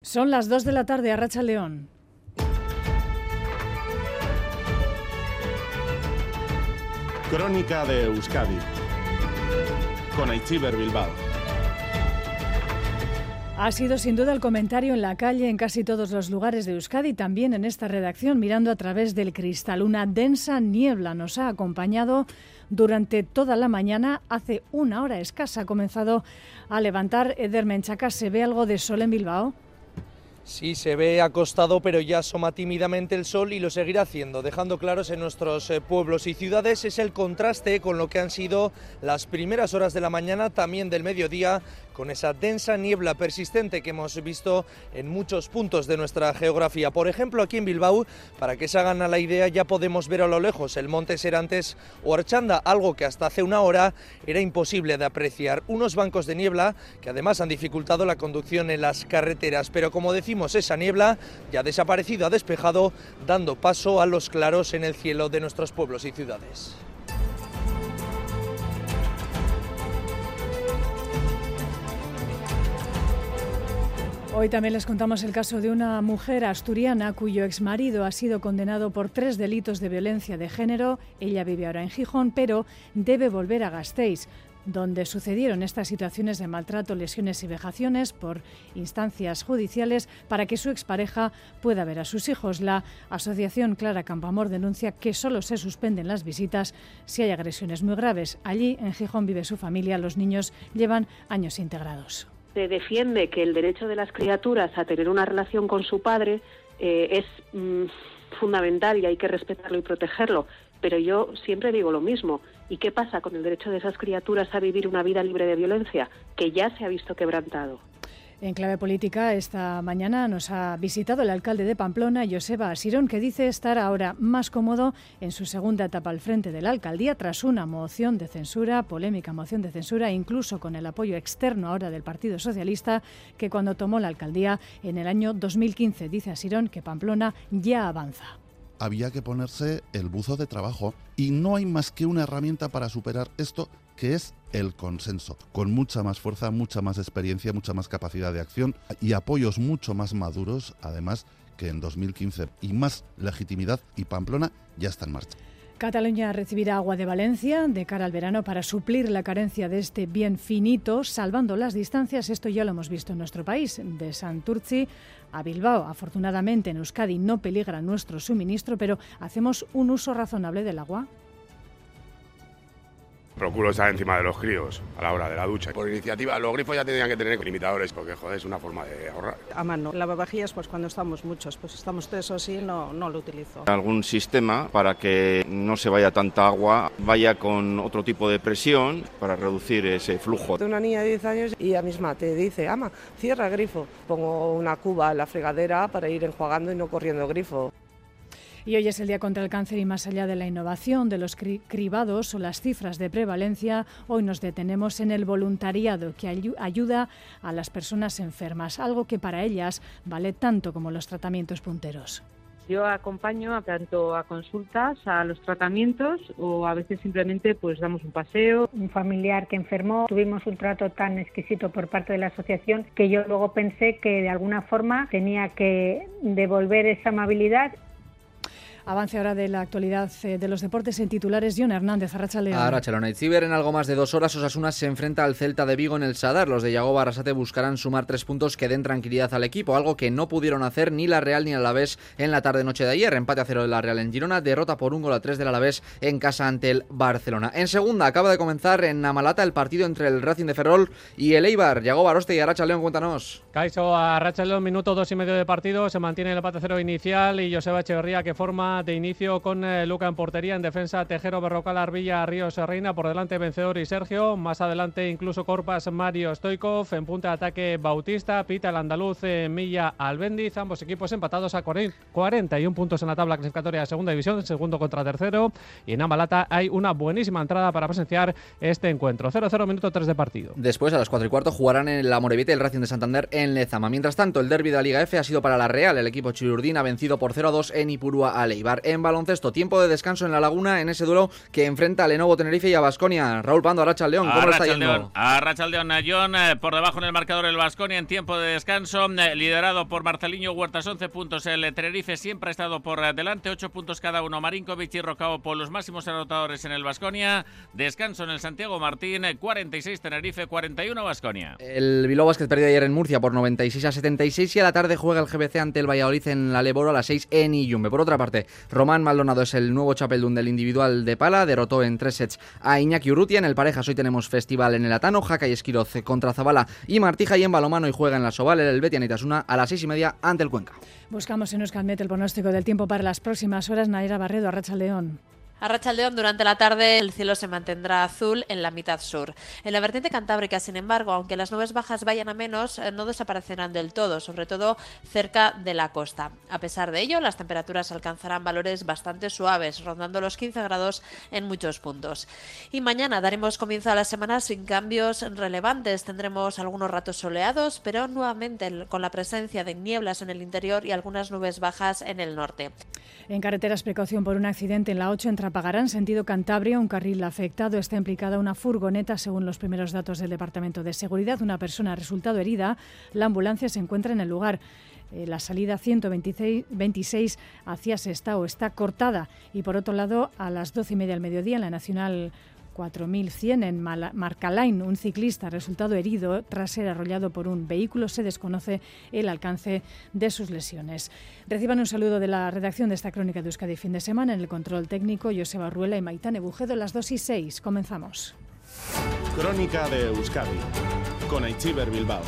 Son las 2 de la tarde, Arratsaldeon. Crónica de Euskadi con Aitziber Bilbao. Ha sido sin duda el comentario en la calle en casi todos los lugares de Euskadi, también en esta redacción, mirando a través del cristal. Una densa niebla nos ha acompañado durante toda la mañana. Hace una hora escasa ha comenzado a levantar. Eder Menchaca, ¿se ve algo de sol en Bilbao? Sí, se ve acostado, pero ya asoma tímidamente el sol y lo seguirá haciendo, dejando claros en nuestros pueblos y ciudades. Es el contraste con lo que han sido las primeras horas de la mañana, también del mediodía, con esa densa niebla persistente que hemos visto en muchos puntos de nuestra geografía. Por ejemplo, aquí en Bilbao, para que se hagan a la idea, ya podemos ver a lo lejos el Monte Serantes o Archanda, algo que hasta hace una hora era imposible de apreciar. Unos bancos de niebla que además han dificultado la conducción en las carreteras, pero como decimos, esa niebla ya ha desaparecido, ha despejado, dando paso a los claros en el cielo de nuestros pueblos y ciudades. Hoy también les contamos el caso de una mujer asturiana cuyo exmarido ha sido condenado por 3 delitos de violencia de género. Ella vive ahora en Gijón, pero debe volver a Gasteiz, donde sucedieron estas situaciones de maltrato, lesiones y vejaciones por instancias judiciales, para que su expareja pueda ver a sus hijos. La asociación Clara Campoamor denuncia que solo se suspenden las visitas si hay agresiones muy graves. Allí, en Gijón, vive su familia. Los niños llevan años integrados. Se defiende que el derecho de las criaturas a tener una relación con su padre es fundamental y hay que respetarlo y protegerlo, pero yo siempre digo lo mismo. ¿Y qué pasa con el derecho de esas criaturas a vivir una vida libre de violencia, que ya se ha visto quebrantado? En clave política, esta mañana nos ha visitado el alcalde de Pamplona, Joseba Asirón, que dice estar ahora más cómodo en su segunda etapa al frente de la alcaldía, tras una moción de censura, polémica moción de censura, incluso con el apoyo externo ahora del Partido Socialista, que cuando tomó la alcaldía en el año 2015. Dice Asirón que Pamplona ya avanza. Había que ponerse el buzo de trabajo y no hay más que una herramienta para superar esto, que es el consenso, con mucha más fuerza, mucha más experiencia, mucha más capacidad de acción y apoyos mucho más maduros, además, que en 2015, y más legitimidad, y Pamplona ya está en marcha. Cataluña recibirá agua de Valencia de cara al verano para suplir la carencia de este bien finito, salvando las distancias. Esto ya lo hemos visto en nuestro país, de Santurtzi a Bilbao. Afortunadamente en Euskadi no peligra nuestro suministro, pero ¿hacemos un uso razonable del agua? Procuro estar encima de los críos a la hora de la ducha. Por iniciativa, los grifos ya tendrían que tener limitadores, porque joder, es una forma de ahorrar. A mano, lavavajillas, pues cuando estamos muchos, pues estamos 3 o así, no lo utilizo. Algún sistema para que no se vaya tanta agua, vaya con otro tipo de presión para reducir ese flujo. De una niña de 10 años y ella misma te dice, ama, cierra el grifo. Pongo una cuba en la fregadera para ir enjuagando y no corriendo el grifo. Y hoy es el Día contra el Cáncer y más allá de la innovación, de los cribados o las cifras de prevalencia, hoy nos detenemos en el voluntariado que ayuda a las personas enfermas, algo que para ellas vale tanto como los tratamientos punteros. Yo acompaño tanto a consultas, a los tratamientos o a veces simplemente pues damos un paseo. Un familiar que enfermó, tuvimos un trato tan exquisito por parte de la asociación que yo luego pensé que de alguna forma tenía que devolver esa amabilidad. Avance ahora de la actualidad de los deportes en titulares. Jon Hernández, Arratsaldeon. Arratsaldeon. Aitziber, en algo más de 2 horas, Osasuna se enfrenta al Celta de Vigo en el Sadar. Los de Yagoba Arrasate buscarán sumar 3 puntos que den tranquilidad al equipo, algo que no pudieron hacer ni la Real ni el Alavés en la tarde-noche de ayer. Empate a 0 de la Real en Girona, derrota por 1-3 del Alavés en casa ante el Barcelona. En segunda, acaba de comenzar en Namalata el partido entre el Racing de Ferrol y el Eibar. Yagoba Aroste y Arratsaldeon, cuéntanos. Kaixo, Arratsaldeon, minuto 2,5 de partido, se mantiene el empate a 0 inicial y Joseba Echeverría que forma de inicio con Luca en portería, en defensa Tejero, Berrocal, Arbilla, Ríos, Reina, por delante Vencedor y Sergio, más adelante incluso Corpas, Mario, Stoikov, en punta de ataque Bautista, Pita el andaluz, Milla, Albendiz, ambos equipos empatados a 41 puntos en la tabla clasificatoria de segunda división, segundo contra tercero, y en Amalata hay una buenísima entrada para presenciar este encuentro. 0-0, minuto 3 de partido. Después a las 4:15 jugarán en el Amorebieta y el Racing de Santander en Lezama. Mientras tanto, el derbi de la Liga F ha sido para la Real. El equipo chilurdín ha vencido por 0-2 en Ipurúa a Eibar. Eibar. En baloncesto, tiempo de descanso en La Laguna en ese duelo que enfrenta a Lenovo Tenerife y a Baskonia. Raúl Pando, Arratsaldeon, ¿cómo lo está yendo? Arratsaldeon, John, por debajo en el marcador el Baskonia en tiempo de descanso, liderado por Marceliño Huertas, 11 puntos. El Tenerife siempre ha estado por delante, 8 puntos cada uno. Marinkovic y Rocao, los máximos anotadores en el Baskonia. Descanso en el Santiago Martín, 46 Tenerife, 41 Baskonia. El Bilbao Basket perdió ayer en Murcia por 96-76 y a la tarde juega el GBC ante el Valladolid en la Leboro a las 6 en Illumbe. Por otra parte, Román Maldonado es el nuevo chapeldún del individual de pala, derrotó en 3 sets a Iñaki Urrutia. En el parejas hoy tenemos festival en el Atano, Jaca y Esquiroz contra Zabala y Martija, y en balonmano y juega en la Sobal el Betia Nitasuna a las 6:30 ante el Cuenca. Buscamos en Euskalmet el pronóstico del tiempo para las próximas horas. Nayara Barredo, Arratsaldeon. Arratsaldeon, durante la tarde el cielo se mantendrá azul en la mitad sur. En la vertiente cantábrica, sin embargo, aunque las nubes bajas vayan a menos, no desaparecerán del todo, sobre todo cerca de la costa. A pesar de ello, las temperaturas alcanzarán valores bastante suaves, rondando los 15 grados en muchos puntos. Y mañana daremos comienzo a la semana sin cambios relevantes. Tendremos algunos ratos soleados, pero nuevamente con la presencia de nieblas en el interior y algunas nubes bajas en el norte. En carreteras, precaución por un accidente en la 8 en Trapagarán, sentido Cantabria. Un carril afectado, está implicada una furgoneta. Según los primeros datos del Departamento de Seguridad, una persona ha resultado herida. La ambulancia se encuentra en el lugar. La salida 126 hacia Sestao está cortada. Y por otro lado, a las 12:30 del mediodía en la Nacional 4100 en Marcalain, un ciclista ha resultado herido tras ser arrollado por un vehículo. Se desconoce el alcance de sus lesiones. Reciban un saludo de la redacción de esta crónica de Euskadi fin de semana. En el control técnico, Joseba Ruela y Maitane Bujedo, las 2:06. Comenzamos. Crónica de Euskadi con Aichiber Bilbao.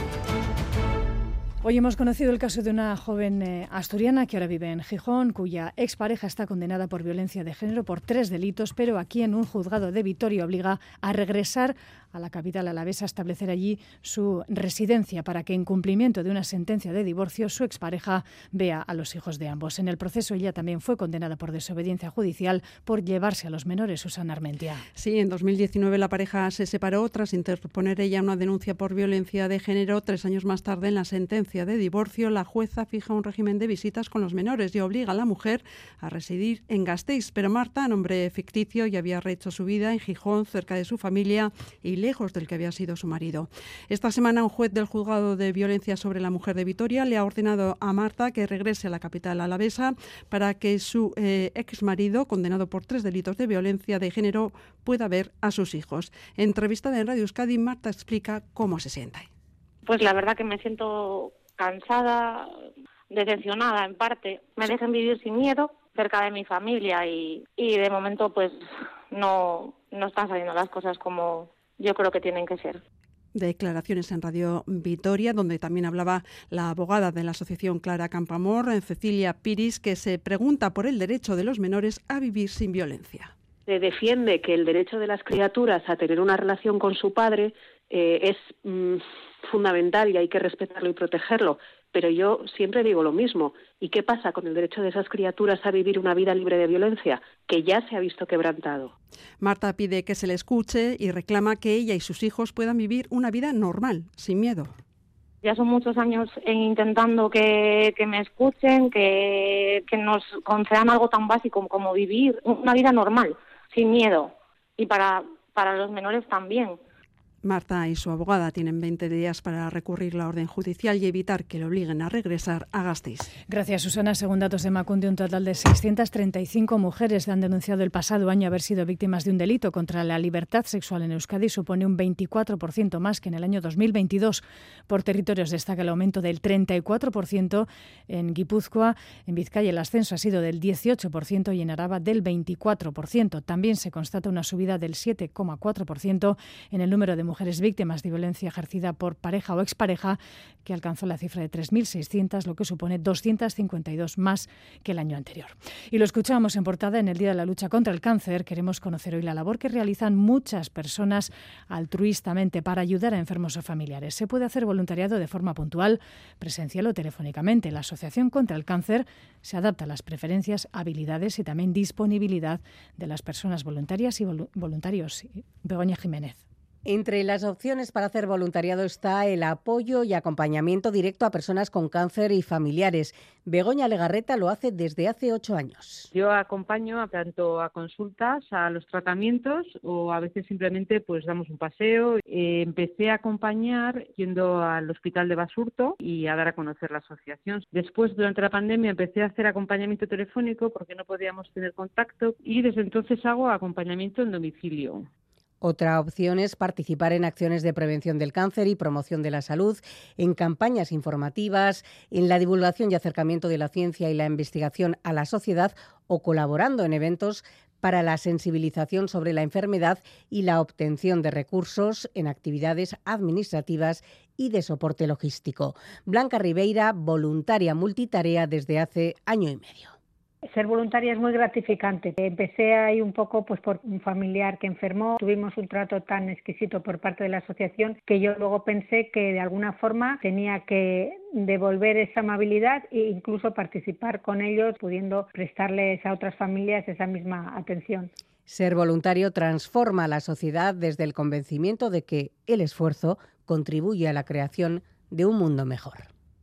Hoy hemos conocido el caso de una joven asturiana que ahora vive en Gijón, cuya expareja está condenada por violencia de género por 3 delitos, pero a quien un juzgado de Vitoria obliga a regresar a la capital alavesa, a establecer allí su residencia para que, en cumplimiento de una sentencia de divorcio, su expareja vea a los hijos de ambos. En el proceso ella también fue condenada por desobediencia judicial por llevarse a los menores. Susana Armentia. Sí, en 2019 la pareja se separó tras interponer ella una denuncia por violencia de género. 3 años más tarde, en la sentencia de divorcio, la jueza fija un régimen de visitas con los menores y obliga a la mujer a residir en Gasteiz. Pero Marta, nombre ficticio, ya había rehecho su vida en Gijón, cerca de su familia y lejos del que había sido su marido. Esta semana un juez del juzgado de violencia sobre la mujer de Vitoria le ha ordenado a Marta que regrese a la capital alavesa para que su exmarido, condenado por 3 delitos de violencia de género, pueda ver a sus hijos. Entrevistada en Radio Euskadi, Marta explica cómo se siente. Pues la verdad que me siento cansada, decepcionada en parte. Me dejen vivir sin miedo, cerca de mi familia y de momento pues no están saliendo las cosas como yo creo que tienen que ser. Declaraciones en Radio Vitoria, donde también hablaba la abogada de la asociación Clara Campoamor, Cecilia Piris, que se pregunta por el derecho de los menores a vivir sin violencia. Se defiende que el derecho de las criaturas a tener una relación con su padre es fundamental y hay que respetarlo y protegerlo, pero yo siempre digo lo mismo. ¿Y qué pasa con el derecho de esas criaturas a vivir una vida libre de violencia, que ya se ha visto quebrantado? Marta pide que se le escuche y reclama que ella y sus hijos puedan vivir una vida normal, sin miedo. Ya son muchos años intentando que me escuchen, que nos concedan algo tan básico como vivir una vida normal, sin miedo, y para los menores también. Marta y su abogada tienen 20 días para recurrir la orden judicial y evitar que le obliguen a regresar a Gasteiz. Gracias, Susana. Según datos de Emakunde, un total de 635 mujeres han denunciado el pasado año haber sido víctimas de un delito contra la libertad sexual en Euskadi. Supone un 24% más que en el año 2022. Por territorios destaca el aumento del 34% en Guipúzcoa. En Vizcaya el ascenso ha sido del 18% y en Araba del 24%. También se constata una subida del 7,4% en el número de mujeres víctimas de violencia ejercida por pareja o expareja, que alcanzó la cifra de 3.600, lo que supone 252 más que el año anterior. Y lo escuchábamos en portada en el Día de la Lucha contra el Cáncer. Queremos conocer hoy la labor que realizan muchas personas altruistamente para ayudar a enfermos o familiares. Se puede hacer voluntariado de forma puntual, presencial o telefónicamente. La Asociación contra el Cáncer se adapta a las preferencias, habilidades y también disponibilidad de las personas voluntarias y voluntarios. Begoña Jiménez. Entre las opciones para hacer voluntariado está el apoyo y acompañamiento directo a personas con cáncer y familiares. Begoña Legarreta lo hace desde hace 8 años. Yo acompaño tanto a consultas, a los tratamientos o a veces simplemente pues damos un paseo. Empecé a acompañar yendo al hospital de Basurto y a dar a conocer la asociación. Después, durante la pandemia, empecé a hacer acompañamiento telefónico porque no podíamos tener contacto y desde entonces hago acompañamiento en domicilio. Otra opción es participar en acciones de prevención del cáncer y promoción de la salud, en campañas informativas, en la divulgación y acercamiento de la ciencia y la investigación a la sociedad o colaborando en eventos para la sensibilización sobre la enfermedad y la obtención de recursos en actividades administrativas y de soporte logístico. Blanca Ribeira, voluntaria multitarea desde hace año y medio. Ser voluntaria es muy gratificante. Empecé ahí un poco pues por un familiar que enfermó. Tuvimos un trato tan exquisito por parte de la asociación que yo luego pensé que de alguna forma tenía que devolver esa amabilidad e incluso participar con ellos, pudiendo prestarles a otras familias esa misma atención. Ser voluntario transforma a la sociedad desde el convencimiento de que el esfuerzo contribuye a la creación de un mundo mejor.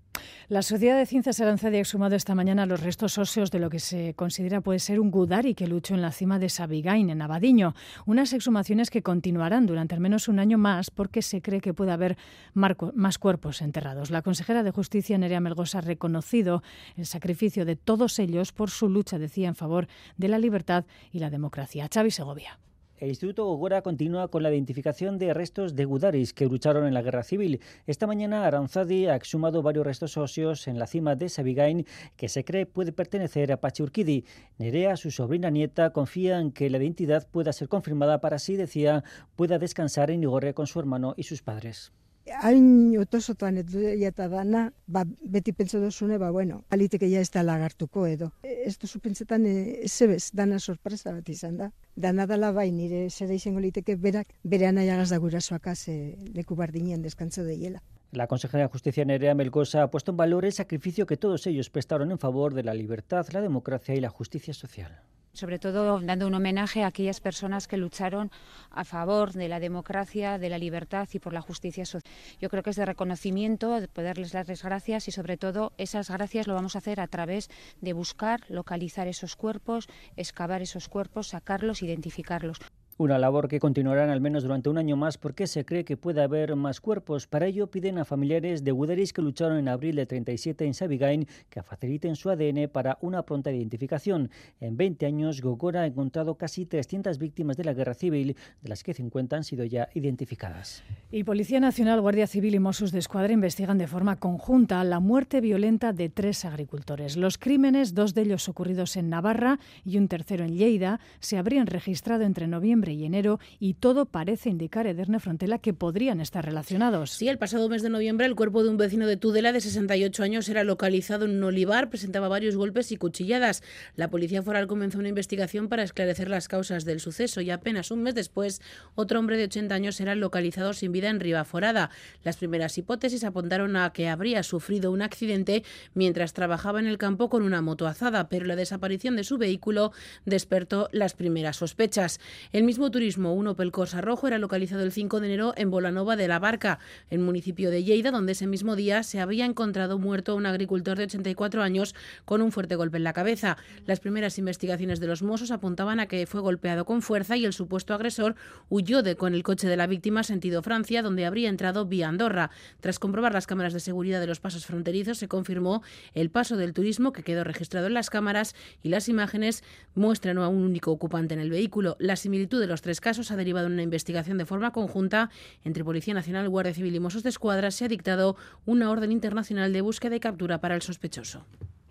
La Sociedad de Ciencias Aranzadi ha exhumado esta mañana los restos óseos de lo que se considera puede ser un gudari que luchó en la cima de Sabigain, en Abadiño. Unas exhumaciones que continuarán durante al menos un año más porque se cree que puede haber más cuerpos enterrados. La consejera de Justicia, Nerea Melgosa, ha reconocido el sacrificio de todos ellos por su lucha, decía, en favor de la libertad y la democracia. Xavi Segovia. El Instituto Gogora continúa con la identificación de restos de gudaris que lucharon en la Guerra Civil. Esta mañana Aranzadi ha exhumado varios restos óseos en la cima de Sabigain que se cree puede pertenecer a Pachi Urquidi. Nerea, su sobrina nieta, confía en que la identidad pueda ser confirmada para así, decía, pueda descansar en Igorre con su hermano y sus padres. Hain otosotan eta dana, beti pentsa dozune, bueno, aliteke ja ez da lagartuko edo. Ez duzu pentsetan, zebez, dana sorpresa bat izan da. Dana dala bai, nire zera izango liteke berak, bere anaiagaz da gurasoakaz leku bardinen deskantzo deiela. La consejera de Justicia, Nerea Melgosa, ha puesto en valor el sacrificio que todos ellos prestaron en favor de la libertad, la democracia y la justicia social. Sobre todo dando un homenaje a aquellas personas que lucharon a favor de la democracia, de la libertad y por la justicia social. Yo creo que es de reconocimiento, de poderles darles gracias y sobre todo esas gracias lo vamos a hacer a través de buscar, localizar esos cuerpos, excavar esos cuerpos, sacarlos, identificarlos. Una labor que continuará al menos durante un año más porque se cree que puede haber más cuerpos. Para ello piden a familiares de gudaris que lucharon en abril del 37 en Sabigain que faciliten su ADN para una pronta identificación. En 20 años, Gogora ha encontrado casi 300 víctimas de la Guerra Civil, de las que 50 han sido ya identificadas. Y Policía Nacional, Guardia Civil y Mossos d'Esquadra investigan de forma conjunta la muerte violenta de 3 agricultores. Los crímenes, 2 de ellos ocurridos en Navarra y un tercero en Lleida, se habrían registrado entre noviembre y enero y todo parece indicar, Ederne Frontela, que podrían estar relacionados. Sí, el pasado mes de noviembre el cuerpo de un vecino de Tudela de 68 años era localizado en un olivar, presentaba varios golpes y cuchilladas. La policía foral comenzó una investigación para esclarecer las causas del suceso y apenas un mes después otro hombre de 80 años era localizado sin vida en Ribaforada. Las primeras hipótesis apuntaron a que habría sufrido un accidente mientras trabajaba en el campo con una moto azada, pero la desaparición de su vehículo despertó las primeras sospechas. El mismo turismo, un Opel Corsa rojo, era localizado el 5 de enero en Bolanova de la Barca, en municipio de Lleida, donde ese mismo día se había encontrado muerto un agricultor de 84 años con un fuerte golpe en la cabeza. Las primeras investigaciones de los Mossos apuntaban a que fue golpeado con fuerza y el supuesto agresor huyó con el coche de la víctima sentido Francia, donde habría entrado vía Andorra. Tras comprobar las cámaras de seguridad de los pasos fronterizos, se confirmó el paso del turismo que quedó registrado en las cámaras y las imágenes muestran a un único ocupante en el vehículo. La similitud de los 3 casos ha derivado en una investigación de forma conjunta entre Policía Nacional, Guardia Civil y Mossos d'Esquadra. Se ha dictado una orden internacional de búsqueda y captura para el sospechoso.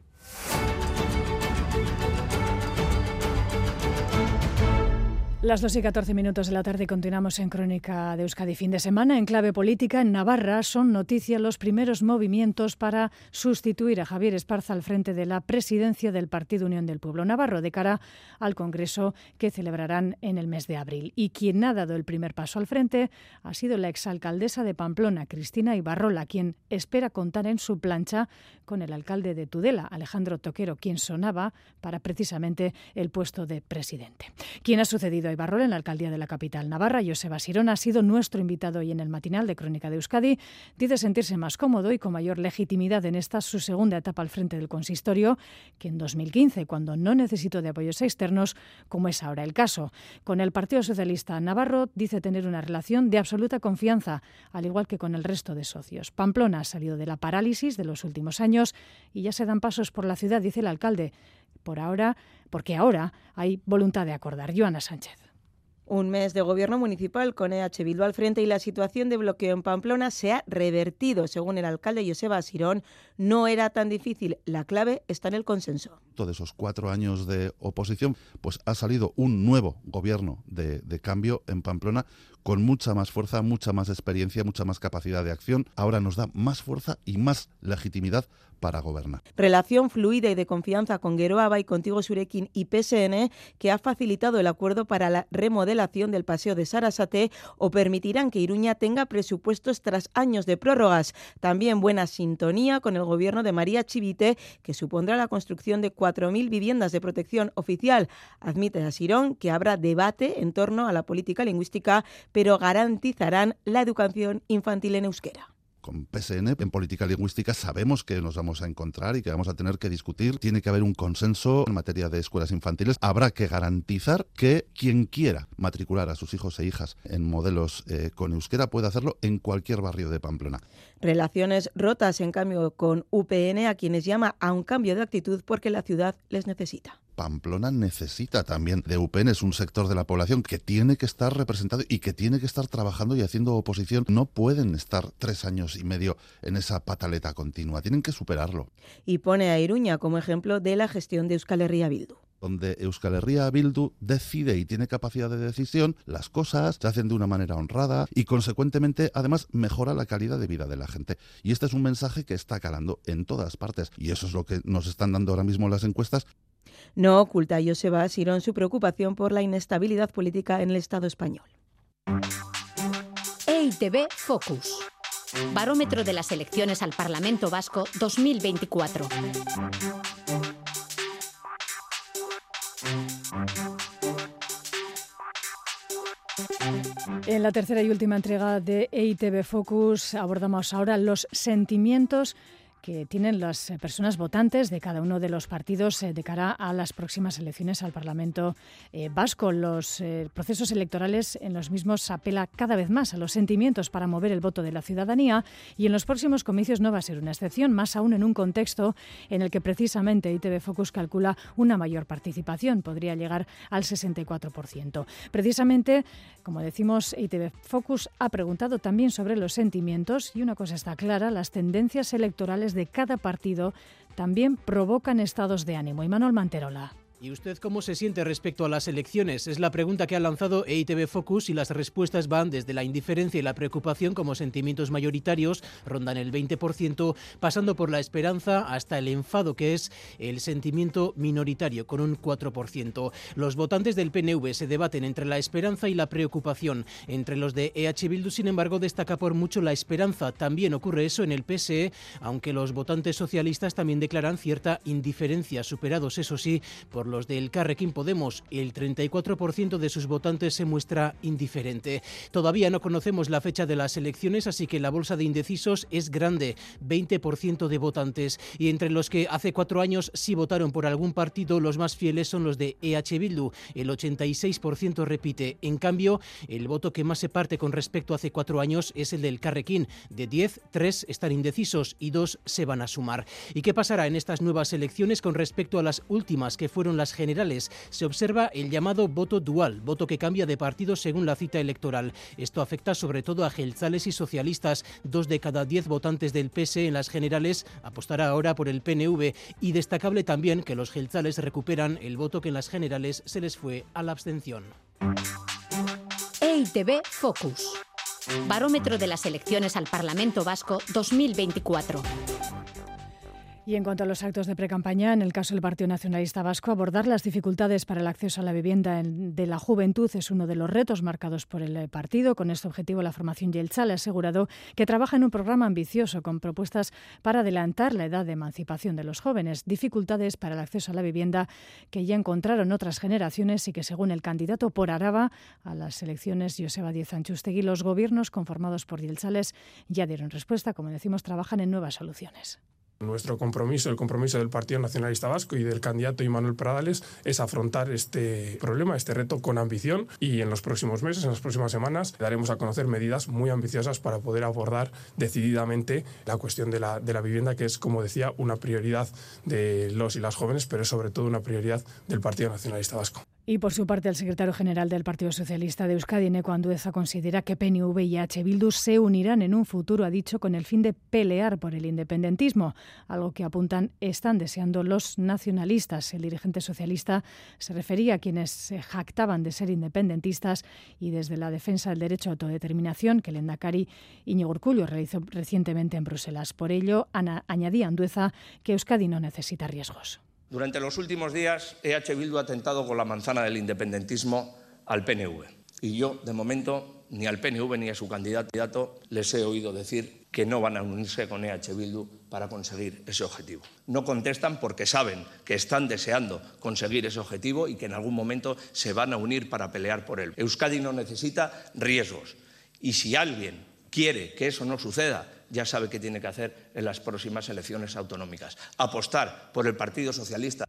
Las 2:14 de la tarde continuamos en Crónica de Euskadi. Fin de semana en clave política. En Navarra son noticia los primeros movimientos para sustituir a Javier Esparza al frente de la presidencia del Partido Unión del Pueblo Navarro de cara al Congreso que celebrarán en el mes de abril. Y quien ha dado el primer paso al frente ha sido la exalcaldesa de Pamplona, Cristina Ibarrola, quien espera contar en su plancha con el alcalde de Tudela, Alejandro Toquero, quien sonaba para precisamente el puesto de presidente. ¿Quién ha sucedido a Ibarrol en la alcaldía de la capital navarra. Joseba Sirón ha sido nuestro invitado hoy en el matinal de Crónica de Euskadi. Dice sentirse más cómodo y con mayor legitimidad en esta su segunda etapa al frente del consistorio que en 2015, cuando no necesitó de apoyos externos, como es ahora el caso. Con el Partido Socialista navarro dice tener una relación de absoluta confianza, al igual que con el resto de socios. Pamplona ha salido de la parálisis de los últimos años y ya se dan pasos por la ciudad, dice el alcalde. Porque ahora hay voluntad de acordar. Joana Sánchez. Un mes de gobierno municipal con EH Bildu al frente y la situación de bloqueo en Pamplona se ha revertido. Según el alcalde Joseba Sirón, no era tan difícil. La clave está en el consenso. De esos 4 años de oposición, pues ha salido un nuevo gobierno de cambio en Pamplona con mucha más fuerza, mucha más experiencia, mucha más capacidad de acción. Ahora nos da más fuerza y más legitimidad para gobernar. Relación fluida y de confianza con Geroa y Contigo Surekin y PSN, que ha facilitado el acuerdo para la remodelación del paseo de Sarasate o permitirán que Iruña tenga presupuestos tras años de prórrogas. También buena sintonía con el gobierno de María Chivite, que supondrá la construcción de 4.000 viviendas de protección oficial. Admite a Sirón que habrá debate en torno a la política lingüística, pero garantizarán la educación infantil en euskera. Con PSN, en política lingüística, sabemos que nos vamos a encontrar y que vamos a tener que discutir. Tiene que haber un consenso en materia de escuelas infantiles. Habrá que garantizar que quien quiera matricular a sus hijos e hijas en modelos con euskera puede hacerlo en cualquier barrio de Pamplona. Relaciones rotas, en cambio, con UPN, a quienes llama a un cambio de actitud porque la ciudad les necesita. Pamplona necesita también de UPN, es un sector de la población que tiene que estar representado y que tiene que estar trabajando y haciendo oposición. No pueden estar 3 años y medio en esa pataleta continua, tienen que superarlo. Y pone a Iruña como ejemplo de la gestión de Euskal Herria Bildu. Donde Euskal Herria Bildu decide y tiene capacidad de decisión, las cosas se hacen de una manera honrada y consecuentemente además mejora la calidad de vida de la gente. Y este es un mensaje que está calando en todas partes y eso es lo que nos están dando ahora mismo las encuestas. No oculta a Joseba Sirón su preocupación por la inestabilidad política en el Estado español. EITB Focus. Barómetro de las elecciones al Parlamento Vasco 2024. En la tercera y última entrega de EITB Focus abordamos ahora los sentimientos que tienen las personas votantes de cada uno de los partidos de cara a las próximas elecciones al Parlamento Vasco. Los procesos electorales en los mismos apela cada vez más a los sentimientos para mover el voto de la ciudadanía y en los próximos comicios no va a ser una excepción, más aún en un contexto en el que precisamente EITB Focus calcula una mayor participación, podría llegar al 64%. Precisamente, como decimos, EITB Focus ha preguntado también sobre los sentimientos y una cosa está clara, las tendencias electorales de cada partido también provocan estados de ánimo. Imanol Manterola. ¿Y usted cómo se siente respecto a las elecciones? Es la pregunta que ha lanzado EITB Focus y las respuestas van desde la indiferencia y la preocupación como sentimientos mayoritarios, rondan el 20%, pasando por la esperanza hasta el enfado, que es el sentimiento minoritario, con un 4%. Los votantes del PNV se debaten entre la esperanza y la preocupación. Entre los de EH Bildu, sin embargo, destaca por mucho la esperanza. También ocurre eso en el PSE, aunque los votantes socialistas también declaran cierta indiferencia, superados, eso sí, por los de Elkarrekin Podemos. El 34% de sus votantes se muestra indiferente. Todavía no conocemos la fecha de las elecciones, así que la bolsa de indecisos es grande, 20% de votantes. Y entre los que hace 4 años sí votaron por algún partido, los más fieles son los de EH Bildu. El 86% repite. En cambio, el voto que más se parte con respecto a hace 4 años es el del Elkarrekin. De 10, 3 están indecisos y 2 se van a sumar. ¿Y qué pasará en estas nuevas elecciones con respecto a las últimas, que fueron las generales? Se observa el llamado voto dual, voto que cambia de partido según la cita electoral. Esto afecta sobre todo a jeltzales y socialistas. 2 de cada 10 votantes del PSE en las generales apostará ahora por el PNV. Y destacable también que los jeltzales recuperan el voto que en las generales se les fue a la abstención. EITB Focus. Barómetro de las elecciones al Parlamento Vasco 2024. Y en cuanto a los actos de precampaña, en el caso del Partido Nacionalista Vasco, abordar las dificultades para el acceso a la vivienda de la juventud es uno de los retos marcados por el partido. Con este objetivo, la formación Jeltzale ha asegurado que trabaja en un programa ambicioso con propuestas para adelantar la edad de emancipación de los jóvenes, dificultades para el acceso a la vivienda que ya encontraron otras generaciones y que, según el candidato por Araba a las elecciones, Joseba Díez Antxustegi, los gobiernos conformados por Jeltzale ya dieron respuesta. Como decimos, trabajan en nuevas soluciones. Nuestro compromiso, el compromiso del Partido Nacionalista Vasco y del candidato Imanol Pradales es afrontar este problema, este reto con ambición, y en los próximos meses, en las próximas semanas, daremos a conocer medidas muy ambiciosas para poder abordar decididamente la cuestión de la vivienda, que es, como decía, una prioridad de los y las jóvenes, pero es sobre todo una prioridad del Partido Nacionalista Vasco. Y por su parte, el secretario general del Partido Socialista de Euskadi, Eneko Andueza, considera que PNV y H. Bildu se unirán en un futuro, ha dicho, con el fin de pelear por el independentismo, algo que apuntan están deseando los nacionalistas. El dirigente socialista se refería a quienes se jactaban de ser independentistas y desde la defensa del derecho a autodeterminación que el lehendakari Iñigo Urkullu realizó recientemente en Bruselas. Por ello, añadía Andueza que Euskadi no necesita riesgos. Durante los últimos días, EH Bildu ha tentado con la manzana del independentismo al PNV. Y yo, de momento, ni al PNV ni a su candidato les he oído decir que no van a unirse con EH Bildu para conseguir ese objetivo. No contestan porque saben que están deseando conseguir ese objetivo y que en algún momento se van a unir para pelear por él. Euskadi no necesita riesgos. Y si alguien quiere que eso no suceda, ya sabe qué tiene que hacer en las próximas elecciones autonómicas. Apostar por el Partido Socialista.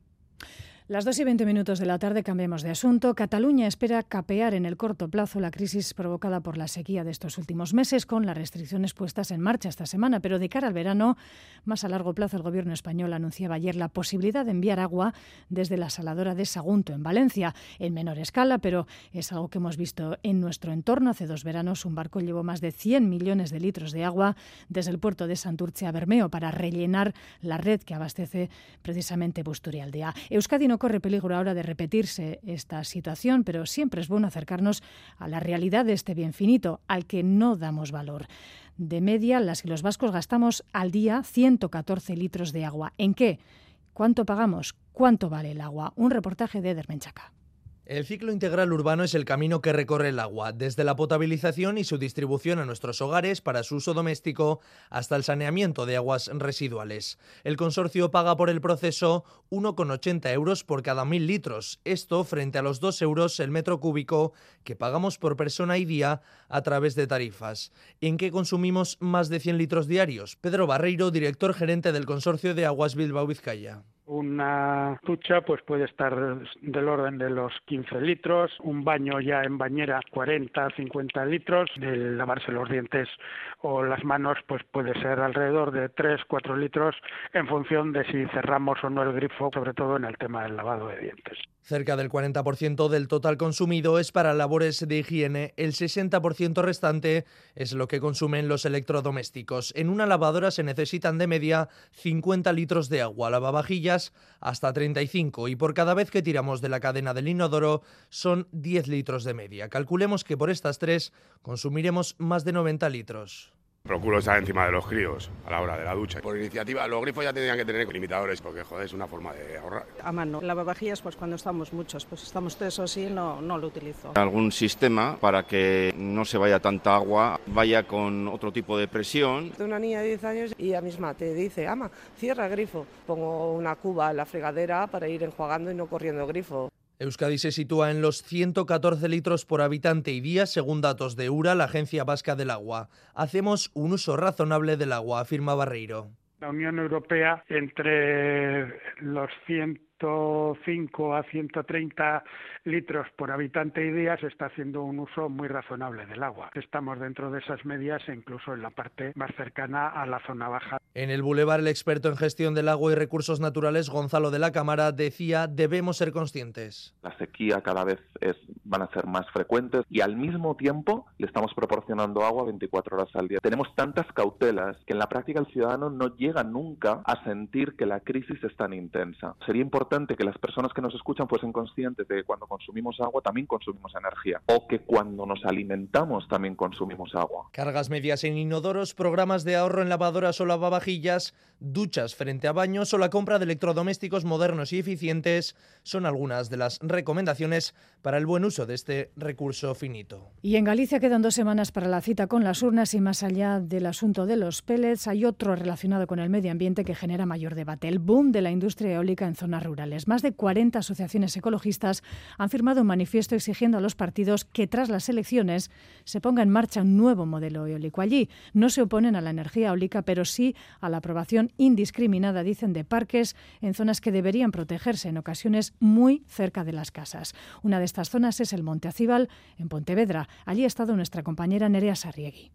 Las 2:20 de la tarde, cambiemos de asunto. Cataluña espera capear en el corto plazo la crisis provocada por la sequía de estos últimos meses, con las restricciones puestas en marcha esta semana. Pero de cara al verano, más a largo plazo, el Gobierno español anunciaba ayer la posibilidad de enviar agua desde la saladora de Sagunto, en Valencia, en menor escala, pero es algo que hemos visto en nuestro entorno. Hace 2 veranos, un barco llevó más de 100 millones de litros de agua desde el puerto de Santurce a Bermeo para rellenar la red que abastece precisamente Busturialdea. Euskadi no corre peligro ahora de repetirse esta situación, pero siempre es bueno acercarnos a la realidad de este bien finito, al que no damos valor. De media, las y los vascos gastamos al día 114 litros de agua. ¿En qué? ¿Cuánto pagamos? ¿Cuánto vale el agua? Un reportaje de Eder Menchaca. El ciclo integral urbano es el camino que recorre el agua, desde la potabilización y su distribución a nuestros hogares para su uso doméstico hasta el saneamiento de aguas residuales. El consorcio paga por el proceso 1,80 euros por cada 1.000 litros, esto frente a los 2 euros el metro cúbico que pagamos por persona y día a través de tarifas. ¿En qué consumimos más de 100 litros diarios? Pedro Barreiro, director gerente del consorcio de Aguas Bilbao-Vizcaya. Una ducha pues puede estar del orden de los 15 litros, un baño ya en bañera 40, 50 litros, de lavarse los dientes o las manos pues puede ser alrededor de 3, 4 litros en función de si cerramos o no el grifo, sobre todo en el tema del lavado de dientes. Cerca del 40% del total consumido es para labores de higiene, el 60% restante es lo que consumen los electrodomésticos. En una lavadora se necesitan de media 50 litros de agua, lavavajillas hasta 35 y por cada vez que tiramos de la cadena del inodoro son 10 litros de media. Calculemos que por estas 3 consumiremos más de 90 litros. Procuro estar encima de los críos a la hora de la ducha. Por iniciativa, los grifos ya tendrían que tener limitadores porque, joder, es una forma de ahorrar. A mano. Lavavajillas, pues cuando estamos muchos, pues estamos 3 o así, no lo utilizo. Algún sistema para que no se vaya tanta agua, vaya con otro tipo de presión. Tengo una niña de 10 años y ella misma te dice, ama, cierra el grifo. Pongo una cuba en la fregadera para ir enjuagando y no corriendo el grifo. Euskadi se sitúa en los 114 litros por habitante y día, según datos de URA, la Agencia Vasca del Agua. Hacemos un uso razonable del agua, afirma Barreiro. La Unión Europea, entre los 105 a 130 litros por habitante y día, se está haciendo un uso muy razonable del agua. Estamos dentro de esas medias e incluso en la parte más cercana a la zona baja. En el Boulevard, el experto en gestión del agua y recursos naturales, Gonzalo de la Cámara, decía: debemos ser conscientes. La sequía cada vez van a ser más frecuentes y al mismo tiempo le estamos proporcionando agua 24 horas al día. Tenemos tantas cautelas que en la práctica el ciudadano no llega nunca a sentir que la crisis es tan intensa. Sería importante que las personas que nos escuchan fuesen conscientes de que cuando consumimos agua también consumimos energía, o que cuando nos alimentamos también consumimos agua. Cargas medias en inodoros, programas de ahorro en lavadoras o lavavajillas lavavajillas, duchas frente a baños o la compra de electrodomésticos modernos y eficientes son algunas de las recomendaciones para el buen uso de este recurso finito. Y en Galicia quedan 2 semanas para la cita con las urnas y más allá del asunto de los pellets hay otro relacionado con el medio ambiente que genera mayor debate, el boom de la industria eólica en zonas rurales. Más de 40 asociaciones ecologistas han firmado un manifiesto exigiendo a los partidos que tras las elecciones se ponga en marcha un nuevo modelo eólico. Allí no se oponen a la energía eólica, pero sí a la aprobación indiscriminada, dicen, de parques en zonas que deberían protegerse, en ocasiones muy cerca de las casas. Una de estas zonas es el Monte Acíbal, en Pontevedra. Allí ha estado nuestra compañera Nerea Sarriegui.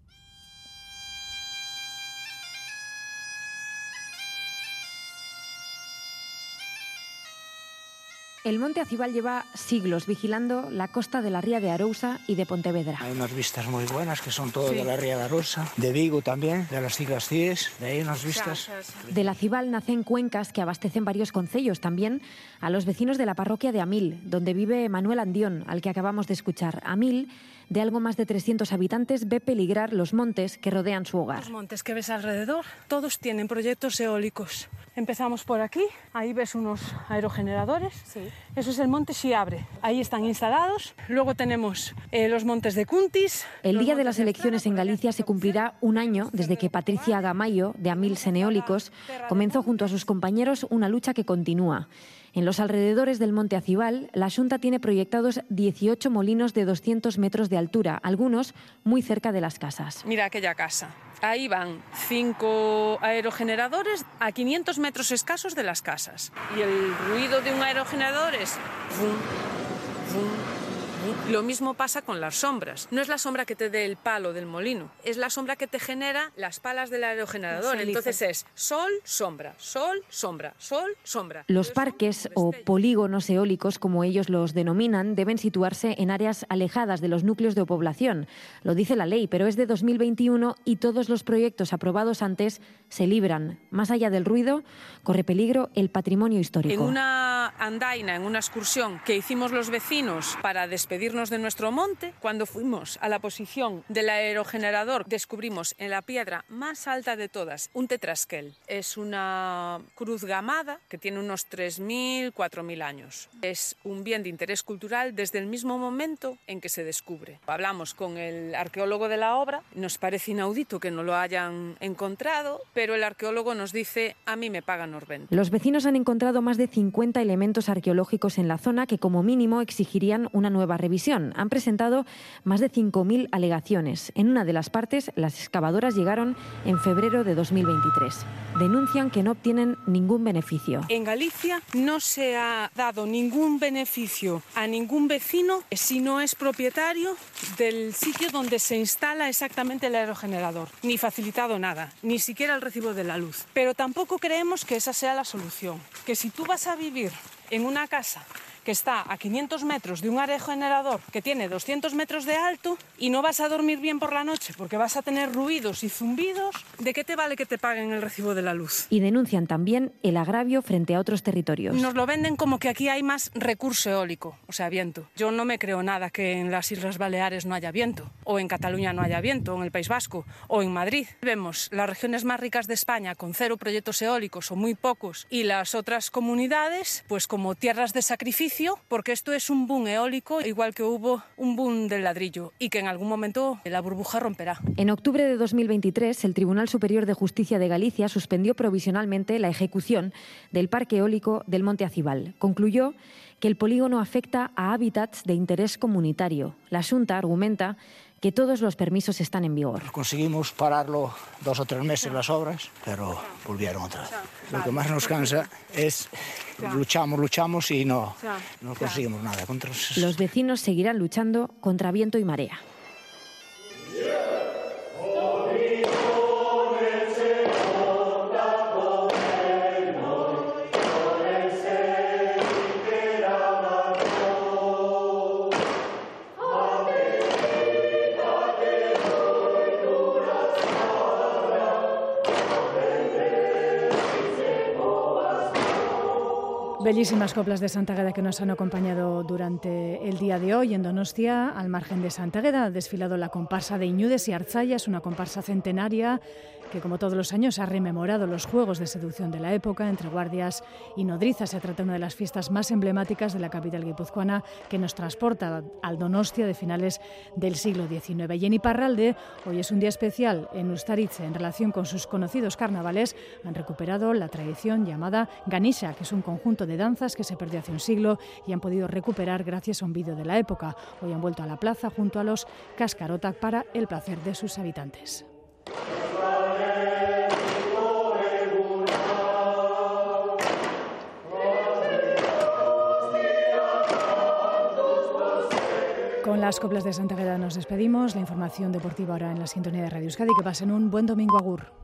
El Monte Acíbal lleva siglos vigilando la costa de la ría de Arousa y de Pontevedra. Hay unas vistas muy buenas que son todo de la ría de Arousa, de Vigo también, de las Islas Cíes, de ahí unas vistas. Del Acíbal nacen cuencas que abastecen varios concellos, también a los vecinos de la parroquia de Amil, donde vive Manuel Andión, al que acabamos de escuchar. Amil, de algo más de 300 habitantes, ve peligrar los montes que rodean su hogar. Los montes que ves alrededor, todos tienen proyectos eólicos. Empezamos por aquí, ahí ves unos aerogeneradores. Sí. Eso es el monte Xiabre, ahí están instalados. Luego tenemos los montes de Cuntis. El día de las elecciones en Galicia se cumplirá un año desde que Patricia Gamayo, de Amil Seneólicos, comenzó junto a sus compañeros una lucha que continúa. En los alrededores del Monte Acíbal, la Xunta tiene proyectados 18 molinos de 200 metros de altura, algunos muy cerca de las casas. Mira aquella casa. Ahí van 5 aerogeneradores a 500 metros escasos de las casas. Y el ruido de un aerogenerador es... Lo mismo pasa con las sombras. No es la sombra que te dé el palo del molino, es la sombra que te genera las palas del aerogenerador. Entonces es sol, sombra, sol, sombra, sol, sombra. Los parques o polígonos eólicos, como ellos los denominan, deben situarse en áreas alejadas de los núcleos de población. Lo dice la ley, pero es de 2021 y todos los proyectos aprobados antes se libran. Más allá del ruido, corre peligro el patrimonio histórico. En una andaina, en una excursión que hicimos los vecinos para despedirnos de nuestro monte, cuando fuimos a la posición del aerogenerador, descubrimos en la piedra más alta de todas un tetrasquel. Es una cruz gamada que tiene unos 3.000, 4.000 años. Es un bien de interés cultural desde el mismo momento en que se descubre. Hablamos con el arqueólogo de la obra, nos parece inaudito que no lo hayan encontrado, pero el arqueólogo nos dice: a mí me pagan Orvent. Los vecinos han encontrado más de 50 elementos arqueológicos en la zona que como mínimo exigirían una nueva revisión. Han presentado más de 5.000 alegaciones. En una de las partes, las excavadoras llegaron en febrero de 2023. Denuncian que no obtienen ningún beneficio. En Galicia no se ha dado ningún beneficio a ningún vecino si no es propietario del sitio donde se instala exactamente el aerogenerador. Ni facilitado nada, ni siquiera el recibo de la luz. Pero tampoco creemos que esa sea la solución. Que si tú vas a vivir en una casa que está a 500 metros de un aerogenerador que tiene 200 metros de alto y no vas a dormir bien por la noche porque vas a tener ruidos y zumbidos, ¿de qué te vale que te paguen el recibo de la luz? Y denuncian también el agravio frente a otros territorios. Nos lo venden como que aquí hay más recurso eólico, o sea, viento. Yo no me creo nada que en las Islas Baleares no haya viento, o en Cataluña no haya viento, o en el País Vasco, o en Madrid. Vemos las regiones más ricas de España con 0 proyectos eólicos o muy pocos, y las otras comunidades pues como tierras de sacrificio, porque esto es un boom eólico, igual que hubo un boom del ladrillo y que en algún momento la burbuja romperá. En octubre de 2023, el Tribunal Superior de Justicia de Galicia suspendió provisionalmente la ejecución del parque eólico del Monte Acíbal. Concluyó que el polígono afecta a hábitats de interés comunitario. La Xunta argumenta que todos los permisos están en vigor. Conseguimos pararlo 2 o 3 meses las obras, pero volvieron otra vez. Lo que más nos cansa es luchamos y no conseguimos nada. Los vecinos seguirán luchando contra viento y marea. Bellísimas coplas de Santa Águeda que nos han acompañado durante el día de hoy en Donostia. Al margen de Santa Águeda ha desfilado la comparsa de Iñudes y Arzayas, una comparsa centenaria que, como todos los años, ha rememorado los juegos de seducción de la época entre guardias y nodrizas. Se trata de una de las fiestas más emblemáticas de la capital guipuzcoana, que nos transporta al Donostia de finales del siglo XIX. Y en Iparralde, hoy es un día especial. En Ustaritze, en relación con sus conocidos carnavales, han recuperado la tradición llamada Ganisha, que es un conjunto de danzas que se perdió hace un siglo y han podido recuperar gracias a un vídeo de la época. Hoy han vuelto a la plaza junto a los Cascarotac para el placer de sus habitantes. Con las coplas de Santa Águeda nos despedimos. La información deportiva ahora en la sintonía de Radio Euskadi. Que pasen un buen domingo, agur.